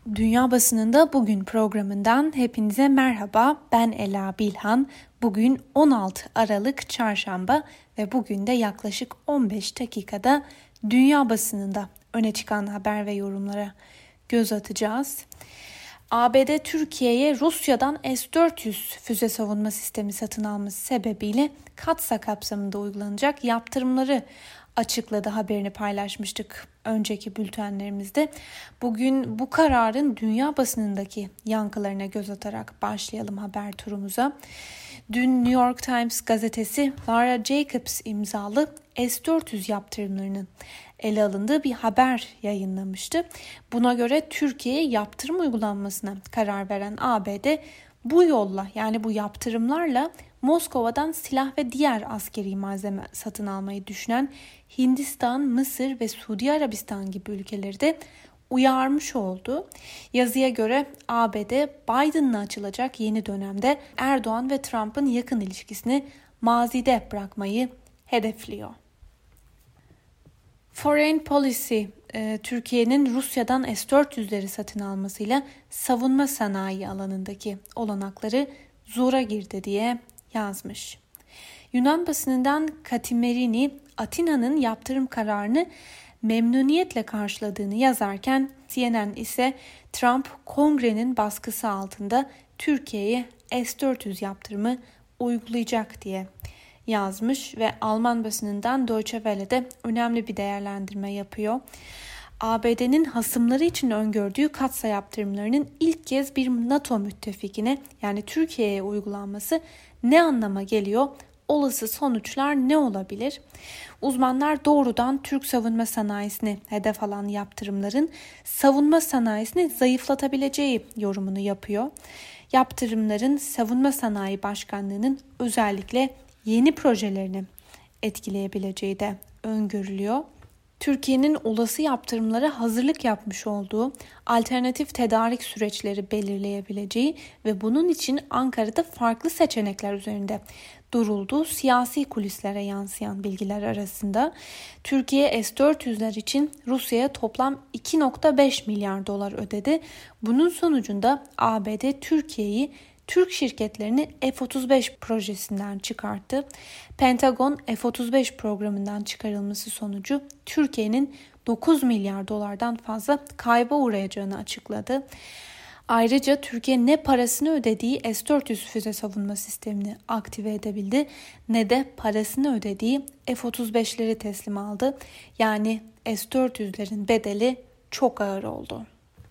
Dünya Basınında Bugün programından hepinize merhaba. Ben Ela Bilhan. Bugün 16 Aralık Çarşamba ve bugün de yaklaşık 15 dakikada Dünya Basınında öne çıkan haber ve yorumlara göz atacağız. ABD Türkiye'ye Rusya'dan S-400 füze savunma sistemi satın alması sebebiyle Katsa kapsamında uygulanacak yaptırımları açıkladı, haberini paylaşmıştık önceki bültenlerimizde. Bugün bu kararın dünya basınındaki yankılarına göz atarak başlayalım haber turumuza. Dün New York Times gazetesi Lara Jacobs imzalı S-400 yaptırımlarının ele alındığı bir haber yayınlamıştı. Buna göre Türkiye'ye yaptırım uygulanmasına karar veren ABD bu yolla, yani bu yaptırımlarla Moskova'dan silah ve diğer askeri malzeme satın almayı düşünen Hindistan, Mısır ve Suudi Arabistan gibi ülkeleri de uyarmış oldu. Yazıya göre ABD, Biden'la açılacak yeni dönemde Erdoğan ve Trump'ın yakın ilişkisini mazide bırakmayı hedefliyor. Foreign Policy, Türkiye'nin Rusya'dan S-400'leri satın almasıyla savunma sanayi alanındaki olanakları zora girdi diye yazmış. Yunan basınından Katimerini, Atina'nın yaptırım kararını memnuniyetle karşıladığını yazarken CNN ise Trump kongrenin baskısı altında Türkiye'ye S-400 yaptırımı uygulayacak diye yazmış ve Alman basınından Deutsche Welle'de önemli bir değerlendirme yapıyor. ABD'nin hasımları için öngördüğü Katsa yaptırımlarının ilk kez bir NATO müttefikine, yani Türkiye'ye uygulanması ne anlama geliyor? Olası sonuçlar ne olabilir? Uzmanlar doğrudan Türk savunma sanayisine hedef alan yaptırımların savunma sanayisini zayıflatabileceği yorumunu yapıyor. Yaptırımların savunma sanayi başkanlığının özellikle yeni projelerini etkileyebileceği de öngörülüyor. Türkiye'nin olası yaptırımlara hazırlık yapmış olduğu alternatif tedarik süreçleri belirleyebileceği ve bunun için Ankara'da farklı seçenekler üzerinde durulduğu siyasi kulislere yansıyan bilgiler arasında Türkiye S-400'ler için Rusya'ya toplam 2,5 milyar dolar ödedi. Bunun sonucunda ABD Türkiye'yi Türk şirketlerini F-35 projesinden çıkarttı. Pentagon F-35 programından çıkarılması sonucu Türkiye'nin 9 milyar dolardan fazla kayba uğrayacağını açıkladı. Ayrıca Türkiye ne parasını ödediği S-400 füze savunma sistemini aktive edebildi ne de parasını ödediği F-35'leri teslim aldı. Yani S-400'lerin bedeli çok ağır oldu.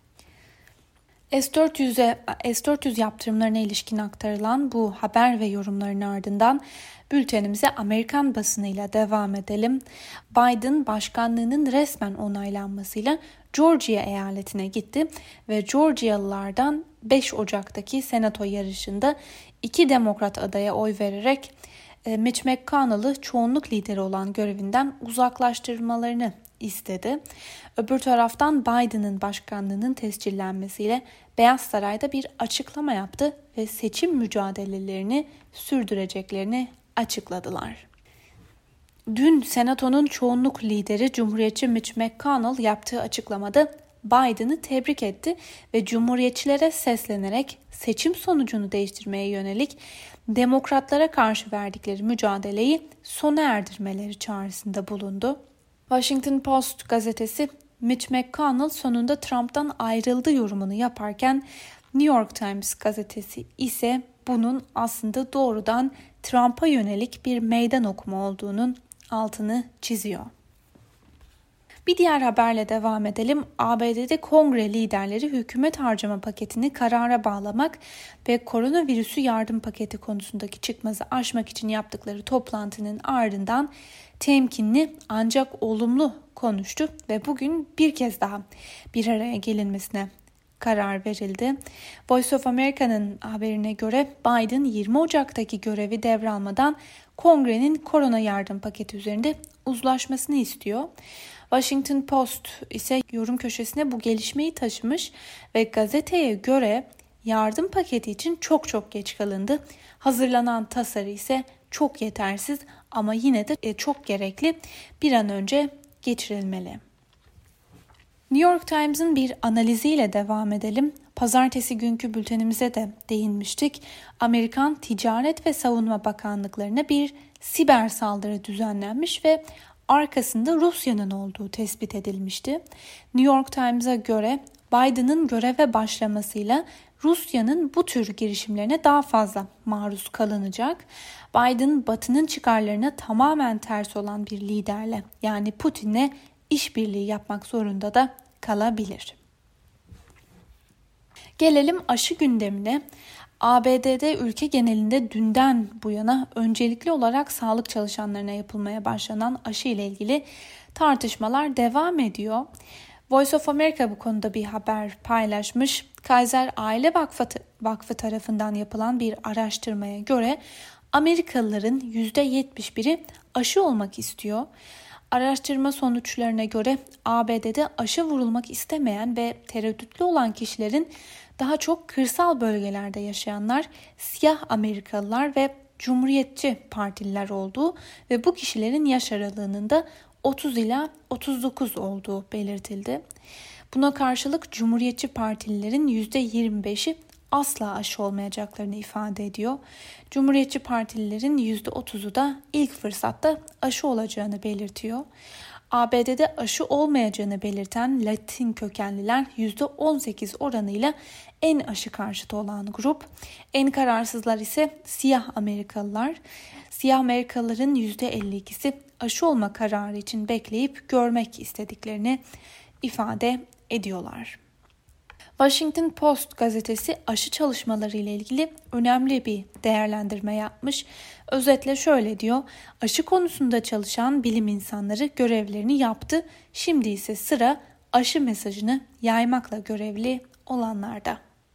S-400 yaptırımlarına ilişkin aktarılan bu haber ve yorumların ardından bültenimize Amerikan basınıyla devam edelim. Biden başkanlığının resmen onaylanmasıyla Georgia eyaletine gitti ve Georgialılardan 5 Ocak'taki senato yarışında 2 demokrat adaya oy vererek Mitch McConnell'ı çoğunluk lideri olan görevinden uzaklaştırmalarını istedi. Öbür taraftan Biden'ın başkanlığının tescillenmesiyle Beyaz Saray'da bir açıklama yaptı ve seçim mücadelelerini sürdüreceklerini açıkladılar. Dün Senato'nun çoğunluk lideri Cumhuriyetçi Mitch McConnell yaptığı açıklamada Biden'ı tebrik etti ve Cumhuriyetçilere seslenerek seçim sonucunu değiştirmeye yönelik Demokratlara karşı verdikleri mücadeleyi sona erdirmeleri çağrısında bulundu. Washington Post gazetesi Mitch McConnell sonunda Trump'tan ayrıldı yorumunu yaparken New York Times gazetesi ise bunun aslında doğrudan Trump'a yönelik bir meydan okuma olduğunun altını çiziyor. Bir diğer haberle devam edelim. ABD'de kongre liderleri hükümet harcama paketini karara bağlamak ve koronavirüsü yardım paketi konusundaki çıkmazı aşmak için yaptıkları toplantının ardından temkinli ancak olumlu konuştu ve bugün bir kez daha bir araya gelinmesine karar verildi. Voice of America'nın haberine göre Biden 20 Ocak'taki görevi devralmadan kongrenin korona yardım paketi üzerinde uzlaşmasını istiyor. Washington Post ise yorum köşesine bu gelişmeyi taşımış ve gazeteye göre yardım paketi için çok geç kalındı. Hazırlanan tasarı ise çok yetersiz ama yine de çok gerekli, bir an önce geçirilmeli. New York Times'ın bir analiziyle devam edelim. Pazartesi günkü bültenimize de değinmiştik. Amerikan Ticaret ve Savunma Bakanlıklarına bir siber saldırı düzenlenmiş ve arkasında Rusya'nın olduğu tespit edilmişti. New York Times'a göre Biden'ın göreve başlamasıyla Rusya'nın bu tür girişimlerine daha fazla maruz kalınacak. Biden, Batı'nın çıkarlarına tamamen ters olan bir liderle, yani Putin'le işbirliği yapmak zorunda da kalabilir. Gelelim aşı gündemine. ABD'de ülke genelinde dünden bu yana öncelikli olarak sağlık çalışanlarına yapılmaya başlanan aşı ile ilgili tartışmalar devam ediyor. Voice of America bu konuda bir haber paylaşmış. Kaiser Aile Vakfı tarafından yapılan bir araştırmaya göre Amerikalıların %71'i aşı olmak istiyor. Araştırma sonuçlarına göre ABD'de aşı vurulmak istemeyen ve tereddütlü olan kişilerin daha çok kırsal bölgelerde yaşayanlar, siyah Amerikalılar ve Cumhuriyetçi Partililer olduğu ve bu kişilerin yaş aralığının da 30 ila 39 olduğu belirtildi. Buna karşılık Cumhuriyetçi Partililerin %25'i asla aşı olmayacaklarını ifade ediyor. Cumhuriyetçi Partililerin %30'u da ilk fırsatta aşı olacağını belirtiyor. ABD'de aşı olmayacağını belirten Latin kökenliler %18 oranıyla en aşı karşıtı olan grup. En kararsızlar ise siyah Amerikalılar. Siyah Amerikalıların %52'si aşı olma kararı için bekleyip görmek istediklerini ifade ediyorlar. Washington Post gazetesi aşı çalışmaları ile ilgili önemli bir değerlendirme yapmış. Özetle şöyle diyor: aşı konusunda çalışan bilim insanları görevlerini yaptı. Şimdi ise sıra aşı mesajını yaymakla görevli olanlarda.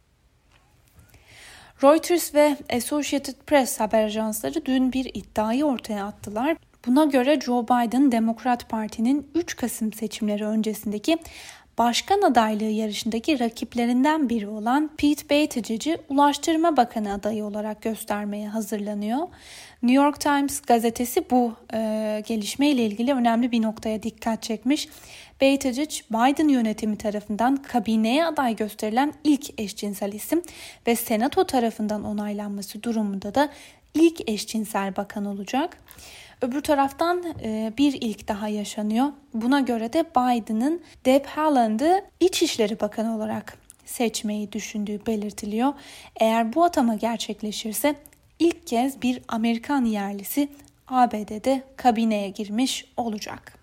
Reuters ve Associated Press haber ajansları dün bir iddiayı ortaya attılar. Buna göre Joe Biden, Demokrat Parti'nin 3 Kasım seçimleri öncesindeki başkan adaylığı yarışındaki rakiplerinden biri olan Pete Buttigieg'i Ulaştırma Bakanı adayı olarak göstermeye hazırlanıyor. New York Times gazetesi bu gelişmeyle ilgili önemli bir noktaya dikkat çekmiş. Buttigieg, Biden yönetimi tarafından kabineye aday gösterilen ilk eşcinsel isim ve Senato tarafından onaylanması durumunda da ilk eşcinsel bakan olacak. Öbür taraftan bir ilk daha yaşanıyor. Buna göre de Biden'ın Deb Haaland'ı İçişleri Bakanı olarak seçmeyi düşündüğü belirtiliyor. Eğer bu atama gerçekleşirse ilk kez bir Amerikan yerlisi ABD'de kabineye girmiş olacak.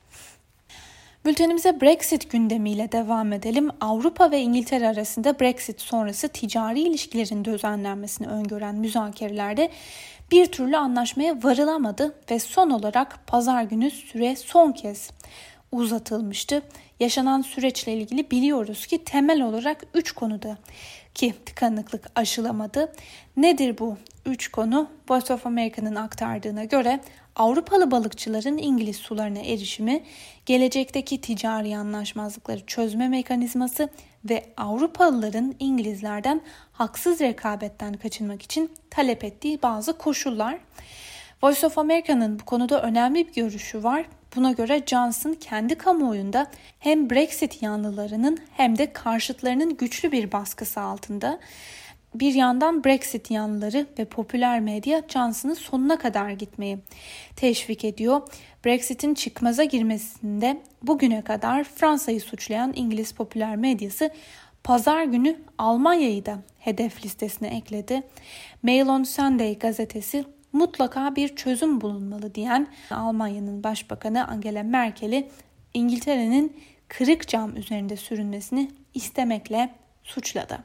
Bültenimize Brexit gündemiyle devam edelim. Avrupa ve İngiltere arasında Brexit sonrası ticari ilişkilerin düzenlenmesini öngören müzakerelerde bir türlü anlaşmaya varılamadı ve son olarak pazar günü süre son kez uzatılmıştı. Yaşanan süreçle ilgili biliyoruz ki temel olarak 3 konuda ki tıkanıklık aşılamadı. Nedir bu 3 konu? Voice of America'nın aktardığına göre Avrupalı balıkçıların İngiliz sularına erişimi, gelecekteki ticari anlaşmazlıkları çözme mekanizması ve Avrupalıların İngilizlerden haksız rekabetten kaçınmak için talep ettiği bazı koşullar. Voice of America'nın bu konuda önemli bir görüşü var. Buna göre Johnson kendi kamuoyunda hem Brexit yanlılarının hem de karşıtlarının güçlü bir baskısı altında. Bir yandan Brexit yanlıları ve popüler medya Johnson'ı sonuna kadar gitmeyi teşvik ediyor. Brexit'in çıkmaza girmesinde bugüne kadar Fransa'yı suçlayan İngiliz popüler medyası pazar günü Almanya'yı da hedef listesine ekledi. Mail on Sunday gazetesi mutlaka bir çözüm bulunmalı diyen Almanya'nın Başbakanı Angela Merkel'i İngiltere'nin kırık cam üzerinde sürünmesini istemekle suçladı.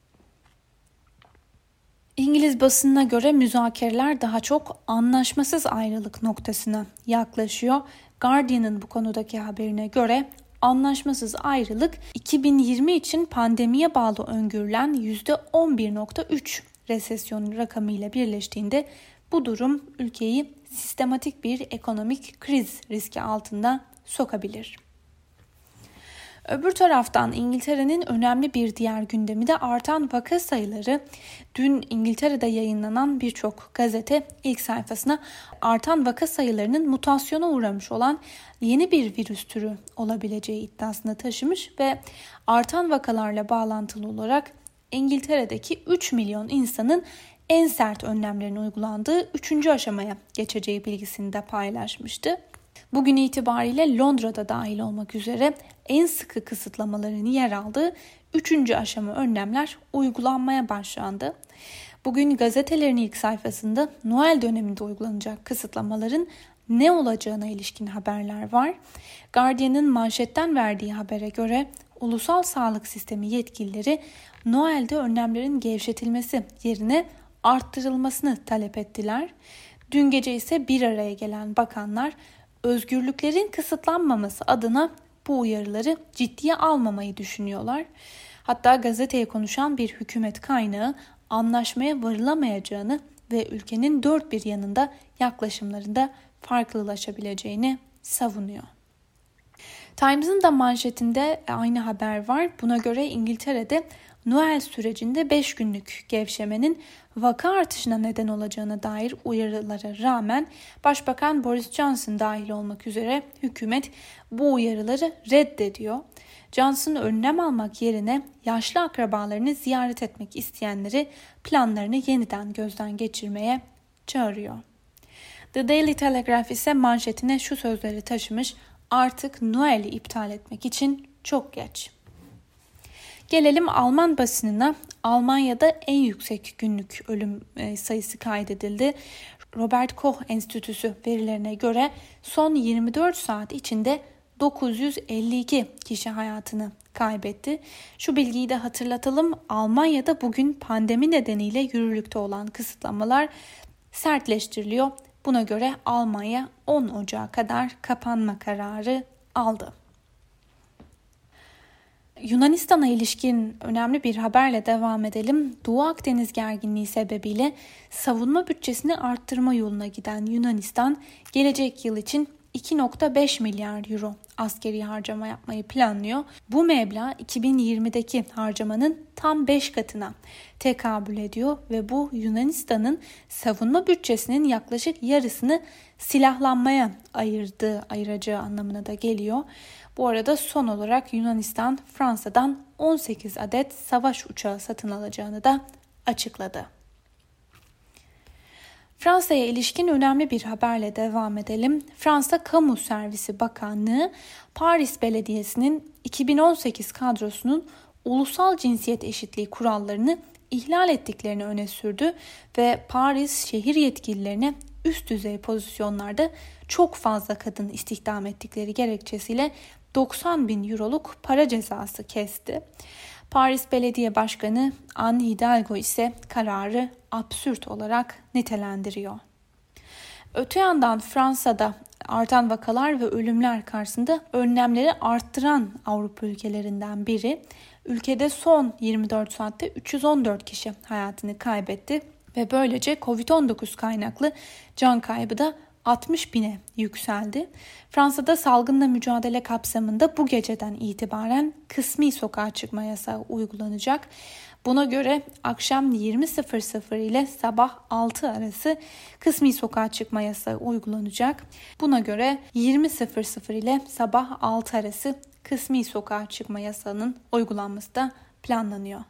İngiliz basınına göre müzakereler daha çok anlaşmasız ayrılık noktasına yaklaşıyor. Guardian'ın bu konudaki haberine göre anlaşmasız ayrılık 2020 için pandemiye bağlı öngörülen %11.3 resesyon rakamıyla birleştiğinde bu durum ülkeyi sistematik bir ekonomik kriz riski altında sokabilir. Öbür taraftan İngiltere'nin önemli bir diğer gündemi de artan vaka sayıları. Dün İngiltere'de yayınlanan birçok gazete ilk sayfasına artan vaka sayılarının mutasyona uğramış olan yeni bir virüs türü olabileceği iddiasını taşımış ve artan vakalarla bağlantılı olarak İngiltere'deki 3 milyon insanın en sert önlemlerin uygulandığı 3. aşamaya geçeceği bilgisini de paylaşmıştı. Bugün itibariyle Londra'da dahil olmak üzere en sıkı kısıtlamaların yer aldığı 3. aşama önlemler uygulanmaya başlandı. Bugün gazetelerin ilk sayfasında Noel döneminde uygulanacak kısıtlamaların ne olacağına ilişkin haberler var. Guardian'ın manşetten verdiği habere göre ulusal sağlık sistemi yetkilileri Noel'de önlemlerin gevşetilmesi yerine arttırılmasını talep ettiler. Dün gece ise bir araya gelen bakanlar özgürlüklerin kısıtlanmaması adına bu uyarıları ciddiye almamayı düşünüyorlar. Hatta gazeteye konuşan bir hükümet kaynağı anlaşmaya varılamayacağını ve ülkenin dört bir yanında yaklaşımlarında farklılaşabileceğini savunuyor. Times'ın da manşetinde aynı haber var. Buna göre İngiltere'de Noel sürecinde 5 günlük gevşemenin vaka artışına neden olacağına dair uyarılara rağmen Başbakan Boris Johnson dahil olmak üzere hükümet bu uyarıları reddediyor. Johnson önlem almak yerine yaşlı akrabalarını ziyaret etmek isteyenleri planlarını yeniden gözden geçirmeye çağırıyor. The Daily Telegraph ise manşetine şu sözleri taşımış: "Artık Noel'i iptal etmek için çok geç." Gelelim Alman basınına. Almanya'da en yüksek günlük ölüm sayısı kaydedildi. Robert Koch Enstitüsü verilerine göre son 24 saat içinde 952 kişi hayatını kaybetti. Şu bilgiyi de hatırlatalım. Almanya'da bugün pandemi nedeniyle yürürlükte olan kısıtlamalar sertleştiriliyor. Buna göre Almanya 10 Ocağı kadar kapanma kararı aldı. Yunanistan'a ilişkin önemli bir haberle devam edelim. Doğu Akdeniz gerginliği sebebiyle savunma bütçesini arttırma yoluna giden Yunanistan, gelecek yıl için 2,5 milyar euro askeri harcama yapmayı planlıyor. Bu meblağ 2020'deki harcamanın tam 5 katına tekabül ediyor ve bu Yunanistan'ın savunma bütçesinin yaklaşık yarısını silahlanmaya ayıracağı anlamına da geliyor. Bu arada son olarak Yunanistan Fransa'dan 18 adet savaş uçağı satın alacağını da açıkladı. Fransa'ya ilişkin önemli bir haberle devam edelim. Fransa Kamu Servisi Bakanlığı, Paris Belediyesi'nin 2018 kadrosunun ulusal cinsiyet eşitliği kurallarını ihlal ettiklerini öne sürdü ve Paris şehir yetkililerine üst düzey pozisyonlarda çok fazla kadın istihdam ettikleri gerekçesiyle 90 bin euroluk para cezası kesti. Paris Belediye Başkanı Anne Hidalgo ise kararı absürt olarak nitelendiriyor. Öte yandan Fransa'da artan vakalar ve ölümler karşısında önlemleri arttıran Avrupa ülkelerinden biri. Ülkede son 24 saatte 314 kişi hayatını kaybetti ve böylece Covid-19 kaynaklı can kaybı da 60 bine yükseldi. Fransa'da salgınla mücadele kapsamında bu geceden itibaren kısmi sokağa çıkma yasağı uygulanacak. Buna göre akşam 20.00 ile sabah 6 arası kısmi sokağa çıkma yasağı uygulanacak. Buna göre 20.00 ile sabah 6 arası kısmi sokağa çıkma yasağının uygulanması da planlanıyor.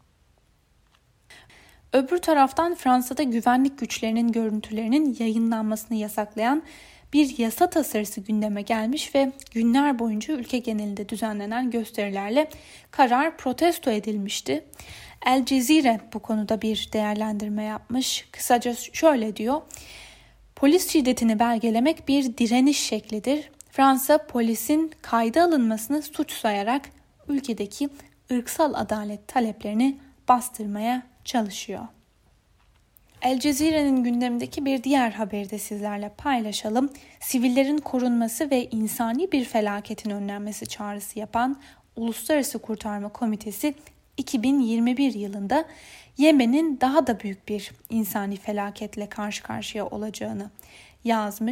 Öbür taraftan Fransa'da güvenlik güçlerinin görüntülerinin yayınlanmasını yasaklayan bir yasa tasarısı gündeme gelmiş ve günler boyunca ülke genelinde düzenlenen gösterilerle karar protesto edilmişti. El Cezire bu konuda bir değerlendirme yapmış. Kısaca şöyle diyor: "Polis şiddetini belgelemek bir direniş şeklidir. Fransa polisin kayda alınmasını suç sayarak ülkedeki ırksal adalet taleplerini bastırmaya çalışıyor." El Cezire'nin gündemindeki bir diğer haberi de sizlerle paylaşalım. Sivillerin korunması ve insani bir felaketin önlenmesi çağrısı yapan Uluslararası Kurtarma Komitesi 2021 yılında Yemen'in daha da büyük bir insani felaketle karşı karşıya olacağını yazmış.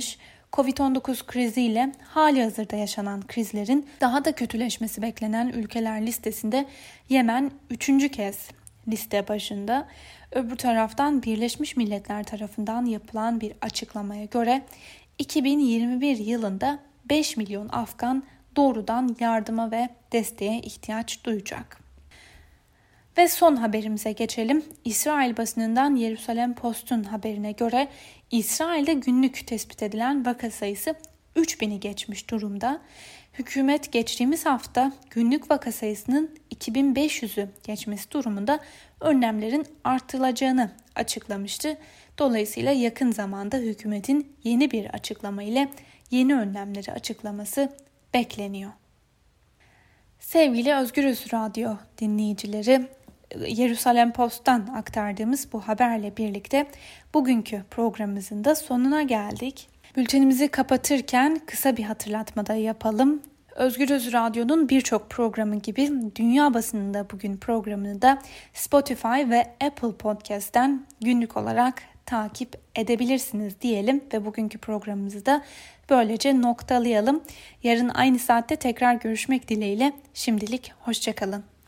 Covid-19 kriziyle halihazırda yaşanan krizlerin daha da kötüleşmesi beklenen ülkeler listesinde Yemen 3. kez liste başında. Öbür taraftan Birleşmiş Milletler tarafından yapılan bir açıklamaya göre 2021 yılında 5 milyon Afgan doğrudan yardıma ve desteğe ihtiyaç duyacak. Ve son haberimize geçelim. İsrail basınından Jerusalem Post'un haberine göre İsrail'de günlük tespit edilen vaka sayısı 3000'i geçmiş durumda. Hükümet geçtiğimiz hafta günlük vaka sayısının 2500'ü geçmesi durumunda önlemlerin artırılacağını açıklamıştı. Dolayısıyla yakın zamanda hükümetin yeni bir açıklama ile yeni önlemleri açıklaması bekleniyor. Sevgili Özgürüz Radyo dinleyicileri, Jerusalem Post'tan aktardığımız bu haberle birlikte bugünkü programımızın da sonuna geldik. Bültenimizi kapatırken kısa bir hatırlatma da yapalım. Özgürüz Radyo'nun birçok programı gibi Dünya Basınında Bugün programını da Spotify ve Apple Podcast'ten günlük olarak takip edebilirsiniz diyelim ve bugünkü programımızı da böylece noktalayalım. Yarın aynı saatte tekrar görüşmek dileğiyle. Şimdilik hoşça kalın.